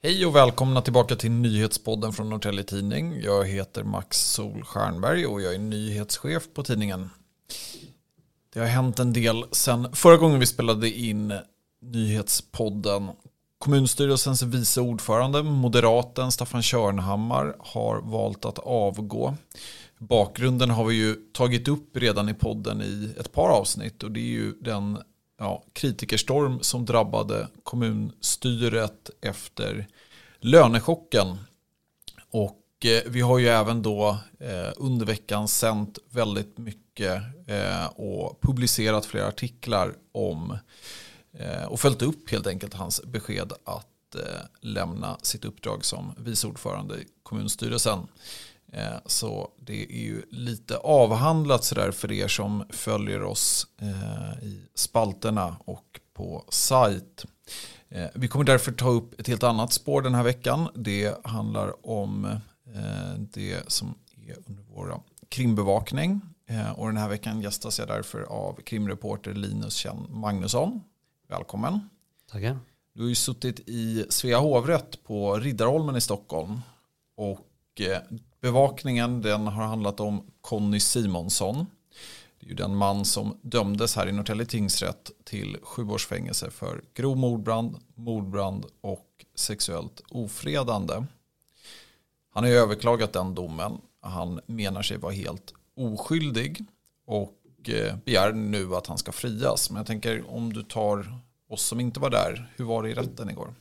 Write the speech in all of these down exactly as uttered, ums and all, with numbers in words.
Hej och välkomna tillbaka till nyhetspodden från Norrtelje Tidning. Jag heter Max Solstjernberg och jag är nyhetschef på tidningen. Det har hänt en del sedan förra gången vi spelade in nyhetspodden. Kommunstyrelsens vice ordförande, moderaten Staffan Körnhammar, har valt att avgå. Bakgrunden har vi ju tagit upp redan i podden i ett par avsnitt och det är ju den ja, kritikerstorm som drabbade kommunstyret efter lönechocken. Och eh, vi har ju även då eh, under veckan sänt väldigt mycket eh, och publicerat flera artiklar om eh, och följt upp helt enkelt hans besked att eh, lämna sitt uppdrag som vice ordförande i kommunstyrelsen. Eh, så det är ju lite avhandlat så där för er som följer oss eh, i spalterna och på sajt. Eh, vi kommer därför ta upp ett helt annat spår den här veckan. Det handlar om eh, det som är under våra krimbevakning. Eh, och den här veckan gästas jag därför av krimreporter Linus Kjell Magnusson. Välkommen. Tackar. Du har ju suttit i Svea hovrätt på Riddarholmen i Stockholm. Och eh, bevakningen den har handlat om Conny Simonsson. Det är ju den man som dömdes här i Norrtelje tingsrätt till sju års fängelse för grov mordbrand, mordbrand och sexuellt ofredande. Han har ju överklagat den domen. Han menar sig vara helt oskyldig och begär nu att han ska frias. Men jag tänker om du tar oss som inte var där, hur var det i rätten igår?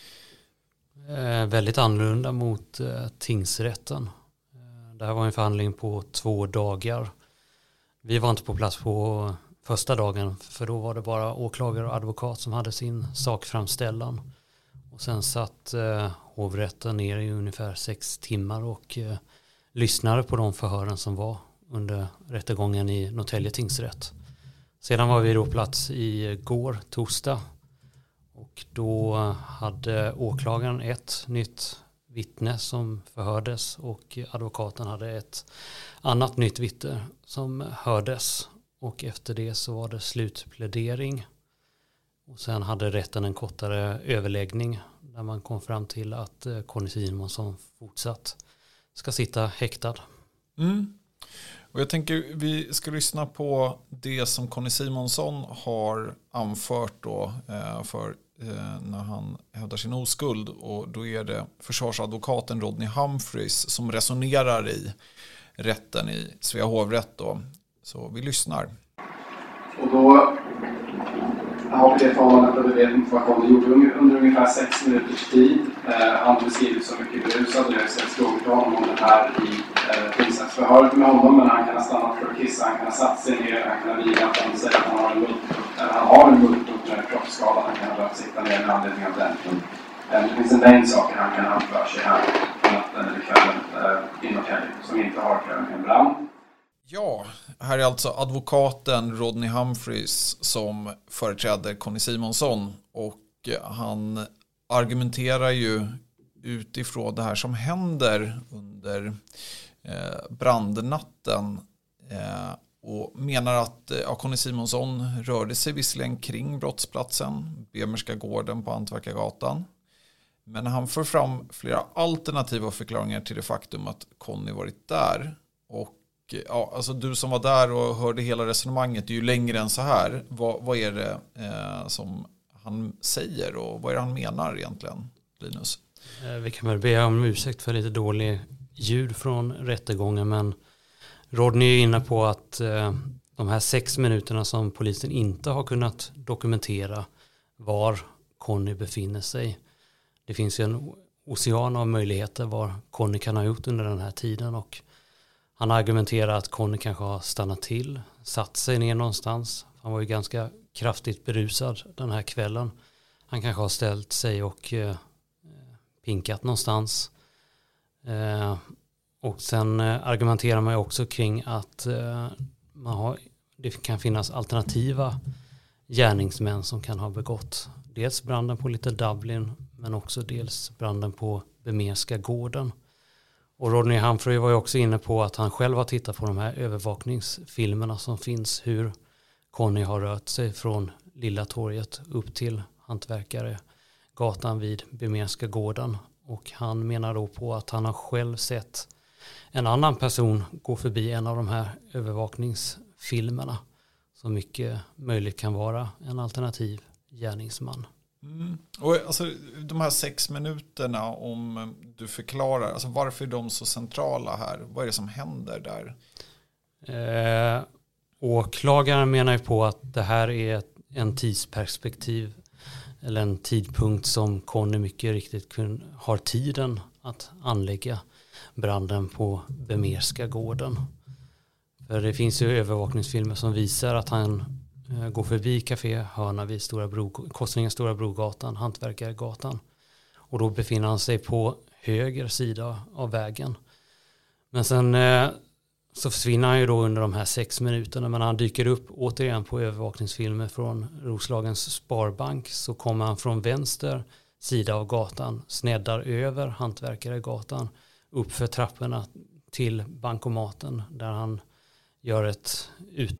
Eh, väldigt annorlunda mot eh, tingsrätten. Eh, det här var en förhandling på två dagar. Vi var inte på plats på första dagen för då var det bara åklagare och advokat som hade sin sakframställan. Och sen satt eh, hovrätten ner i ungefär sex timmar och eh, lyssnade på de förhören som var under rättegången i Norrtelje tingsrätt. Sedan var vi då på plats i går, torsdag. Och då hade åklagaren ett nytt vittne som förhördes och advokaten hade ett annat nytt vittne som hördes. Och efter det så var det slutplädering. Och sen hade rätten en kortare överläggning där man kom fram till att Conny Simonsson fortsatt ska sitta häktad. Mm. Och jag tänker vi ska lyssna på det som Conny Simonsson har anfört då eh, för eh, när han hävdar sin oskuld. Och då är det försvarsadvokaten Rodney Humphreys som resonerar i rätten i Svea hovrätt då. Så vi lyssnar. Och då har vi det förhållandet att vi vet inte vad Conny gjorde under ungefär sex minuters tid. Eh, han beskrivit så mycket berusad och jag har sett frågor till honom om det här i eh, tingsrättsförhöret med honom. Men han kan ha stannat för att kissa, han kan ha satt sig ner, han kan ha vilat, han säger att han har en multiplupp, eller han har en multiplupp med kroppsskada, han kan ha behövt sitta ner med anledning av den. Eh, det finns en mängd saker han kan ha för sig här på natten eller kvällen eh, i Norrtelje som inte har att göra med en brand. Ja, här är alltså advokaten Rodney Humphreys som företräder Conny Simonsson och han argumenterar ju utifrån det här som händer under eh, brandnatten eh, och menar att eh, Conny Simonsson rörde sig visserligen kring brottsplatsen, Bemerska gården på Hantverkargatan, men han för fram flera alternativa förklaringar till det faktum att Conny varit där. Och ja, alltså du som var där och hörde hela resonemanget är ju längre än så här. Vad, vad är det eh, som han säger och vad är det han menar egentligen, Linus? Vi kan väl be om ursäkt för lite dålig ljud från rättegången, men Rodney är inne på att eh, de här sex minuterna som polisen inte har kunnat dokumentera var Conny befinner sig. Det finns ju en ocean av möjligheter vad Conny kan ha gjort under den här tiden och han argumenterar att Conny kanske har stannat till, satt sig ner någonstans. Han var ju ganska kraftigt berusad den här kvällen. Han kanske har ställt sig och eh, pinkat någonstans. Eh, och sen eh, argumenterar man ju också kring att eh, man har, det kan finnas alternativa gärningsmän som kan ha begått dels branden på Little Dublin men också dels branden på Bemerska gården. Och Rodney Humphrey var ju också inne på att han själv har tittat på de här övervakningsfilmerna som finns hur Conny har rört sig från Lilla torget upp till Hantverkare gatan vid Bemerska gården. Och han menar då på att han har själv sett en annan person gå förbi en av de här övervakningsfilmerna. Så mycket möjligt kan vara en alternativ gärningsman. Mm. Och alltså, de här sex minuterna, om du förklarar, alltså varför är de så centrala här? Vad är det som händer där? Eh, åklagaren menar ju på att det här är ett, en tidsperspektiv eller en tidpunkt som Conny mycket riktigt kun, har tiden att anlägga branden på Bemerska gården. För det finns ju övervakningsfilmer som visar att han eh, går förbi Café Hörna vid Stora Bro, korsningen Stora Brogatan, Hantverkargatan. Och då befinner han sig på höger sida av vägen. Men sen eh, så försvinner han ju då under de här sex minuterna. Men när han dyker upp återigen på övervakningsfilmer från Roslagens Sparbank så kommer han från vänster sida av gatan, sneddar över Hantverkargatan, upp för trapporna till bankomaten där han gör ett ut.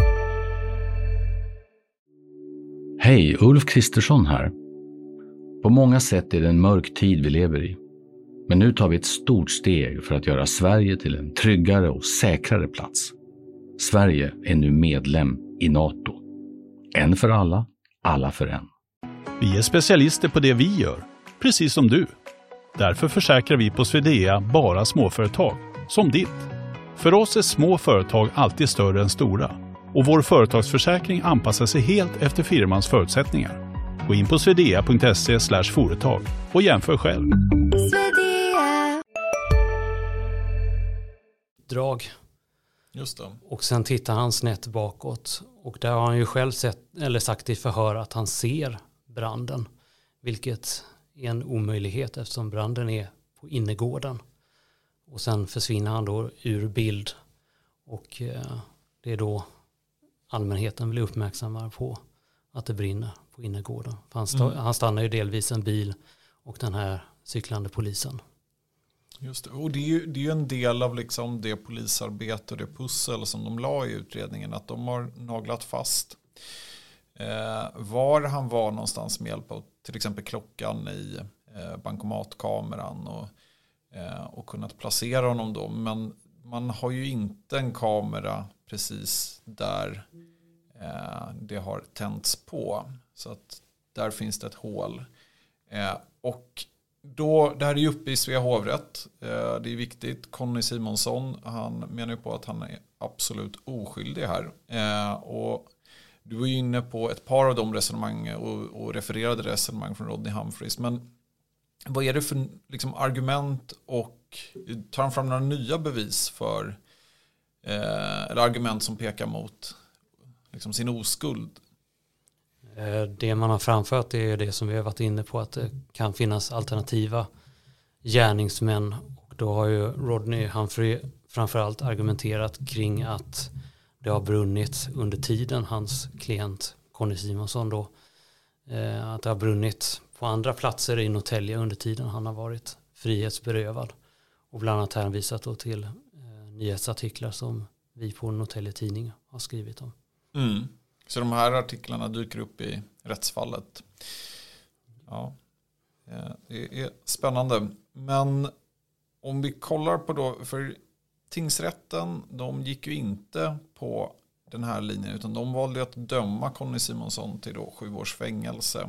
Hej, Ulf Kristersson här. På många sätt är det en mörk tid vi lever i. Men nu tar vi ett stort steg för att göra Sverige till en tryggare och säkrare plats. Sverige är nu medlem i NATO. En för alla, alla för en. Vi är specialister på det vi gör, precis som du. Därför försäkrar vi på Swedea bara småföretag, som ditt. För oss är små företag alltid större än stora. Och vår företagsförsäkring anpassar sig helt efter firmans förutsättningar. Gå in på swedea punkt se slash företag och jämför själv. Drag. Just det. Och sen tittar han snett bakåt. Och där har han ju själv sett, eller sagt i förhör att han ser branden. Vilket är en omöjlighet eftersom branden är på innergården. Och sen försvinner han då ur bild. Och eh, det är då allmänheten blir uppmärksammad på att det brinner på innergården. För han, sta- mm. han stannar ju delvis en bil och den här cyklande polisen. Just det. Och det är ju, det är ju en del av liksom det polisarbete och det pussel som de la i utredningen. Att de har naglat fast eh, var han var någonstans med hjälp av till exempel klockan i eh, bankomatkameran och, eh, och kunnat placera honom då. Men man har ju inte en kamera precis där eh, det har tänts på. Så att där finns det ett hål. Eh, och då, det här är ju uppe i Svea hovrätt. Eh, det är viktigt. Conny Simonsson, han menar ju på att han är absolut oskyldig här. Eh, och du var ju inne på ett par av de resonemang och, och refererade resonemang från Rodney Humphreys. Men vad är det för liksom, argument och tar han fram några nya bevis för eh, eller argument som pekar mot liksom, sin oskuld? Det man har framfört är det som vi har varit inne på, att det kan finnas alternativa gärningsmän. Och då har ju Rodney Humphrey framförallt argumenterat kring att det har brunnit under tiden hans klient Conny Simonsson då. Att det har brunnit på andra platser i Norrtälje under tiden han har varit frihetsberövad. Och bland annat hänvisat då till nyhetsartiklar som vi på Norrtälje Tidning har skrivit om. Mm. Så de här artiklarna dyker upp i rättsfallet. Ja, det är spännande. Men om vi kollar på då, för tingsrätten, de gick ju inte på den här linjen utan de valde att döma Conny Simonsson till då sju års fängelse.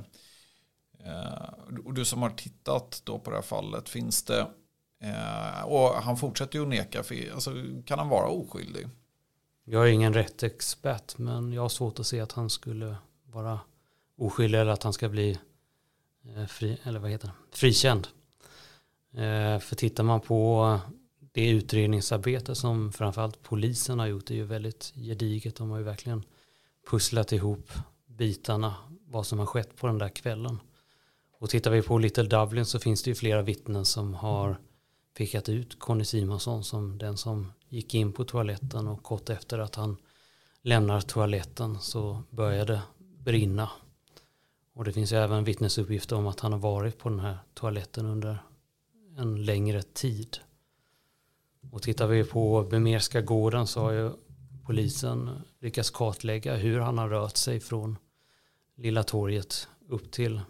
Och du som har tittat då på det här fallet, finns det, och han fortsätter ju att neka, för, alltså, kan han vara oskyldig? Jag är ingen rättsexpert, men jag har svårt att se att han skulle vara oskyldig eller att han ska bli eh, fri, eller vad heter det? frikänd. Eh, för tittar man på det utredningsarbete som framförallt polisen har gjort, är ju väldigt gediget. De har ju verkligen pusslat ihop bitarna, vad som har skett på den där kvällen. Och tittar vi på Little Dublin så finns det ju flera vittnen som har pekat ut Conny Simonsson som den som gick in på toaletten, och kort efter att han lämnar toaletten så började brinna. Och det finns ju även vittnesuppgifter om att han har varit på den här toaletten under en längre tid. Och tittar vi på Bemerska gården så har ju polisen lyckats kartlägga hur han har rört sig från Lilla torget upp till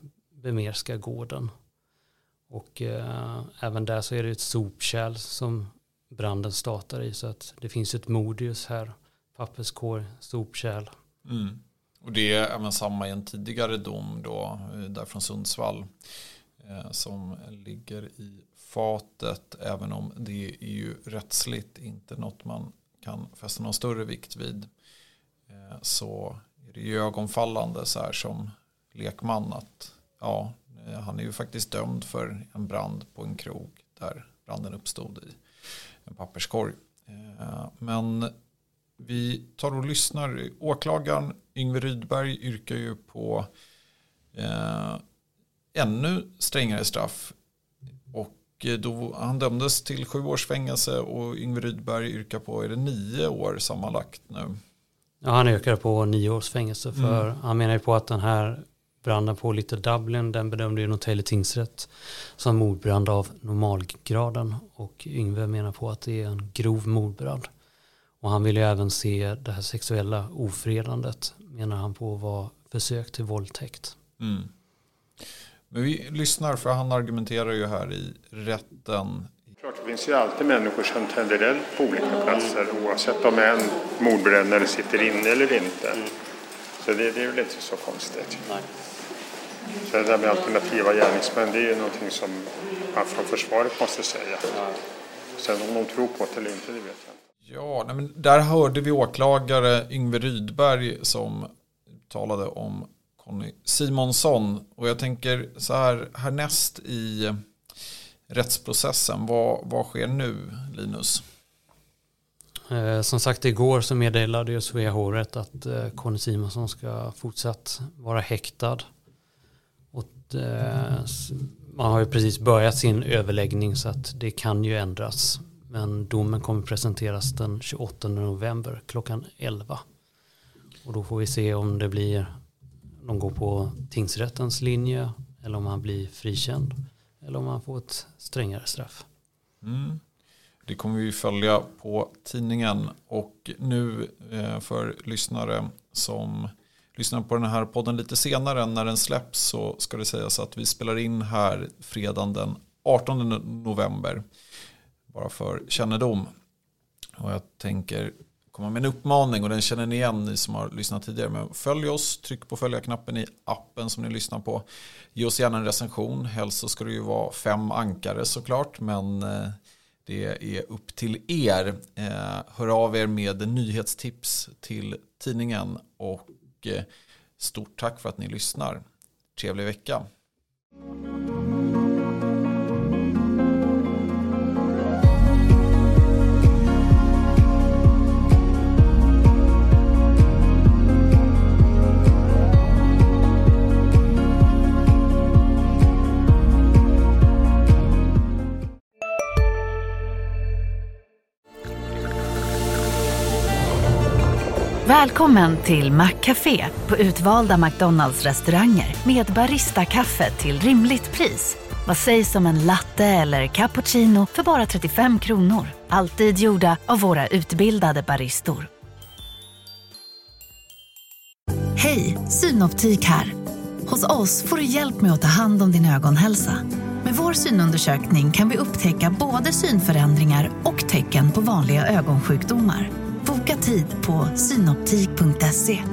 Bemerska gården. Och eh, även där så är det ett sopkärl som branden startar i, så att det finns ett modius här. Papperskorg, sopkärl. Mm. Och det är även samma i en tidigare dom då, där från Sundsvall, eh, som ligger i fatet, även om det är ju rättsligt inte något man kan fästa någon större vikt vid. Eh, så är det ju ögonfallande så här som lekman att ja, han är ju faktiskt dömd för en brand på en krog där branden uppstod i en papperskorg. Eh, men vi tar och lyssnar. Åklagaren Yngve Rydberg yrkar ju på eh, ännu strängare straff. Och då han dömdes till sju års fängelse och Yngve Rydberg yrkar på, är det nio år sammanlagt nu? Ja, han yrkar på nio års fängelse för Mm. han menar ju på att den här branden på Little Dublin, den bedömde ju Norrtälje tingsrätt som mordbrand av normalgraden, och Yngve menar på att det är en grov mordbrand. Och han vill ju även se det här sexuella ofredandet, menar han på, var försök till våldtäkt. Mm. Men vi lyssnar, för han argumenterar ju här i rätten. Klart, det finns ju alltid människor som tänder eld på olika platser, oavsett om en mordbrännare sitter inne eller inte. Mm. Så det, det är väl inte så konstigt. Nej. Så det där med alternativa gärningsmän, det är ju någonting som man från försvaret måste säga. Ja. Sen om de tror på det eller inte, det vet jag inte. Ja, nej, men där hörde vi åklagare Yngve Rydberg som talade om Conny Simonsson. Och jag tänker så här, härnäst i rättsprocessen, vad, vad sker nu, Linus? Eh, som sagt, igår så meddelade ju Svea hovrätt att eh, Conny Simonsson ska fortsatt vara häktad. Och, eh, man har ju precis börjat sin överläggning, så att det kan ju ändras. Men domen kommer presenteras den tjugoåttonde november klockan elva. Och då får vi se om det blir, de går på tingsrättens linje, eller om han blir frikänd, eller om han får ett strängare straff. Mm. Det kommer vi följa på tidningen. Och nu eh, för lyssnare som lyssnar på den här podden lite senare när den släpps, så ska det sägas att vi spelar in här fredagen den artonde november. Bara för kännedom. Och jag tänker komma med en uppmaning, och den känner ni igen, ni som har lyssnat tidigare. Men följ oss, tryck på följa-knappen i appen som ni lyssnar på. Ge oss gärna en recension. Helst så ska det ju vara fem ankare såklart, men eh, det är upp till er. Eh, hör av er med nyhetstips till tidningen, och eh, stort tack för att ni lyssnar. Trevlig vecka. Välkommen till Maccafé på utvalda McDonalds-restauranger med Barista-kaffe till rimligt pris. Vad sägs om en latte eller cappuccino för bara trettiofem kronor? Alltid gjorda av våra utbildade baristor. Hej, Synoptik här. Hos oss får du hjälp med att ta hand om din ögonhälsa. Med vår synundersökning kan vi upptäcka både synförändringar och tecken på vanliga ögonsjukdomar. Boka tid på synoptik punkt se.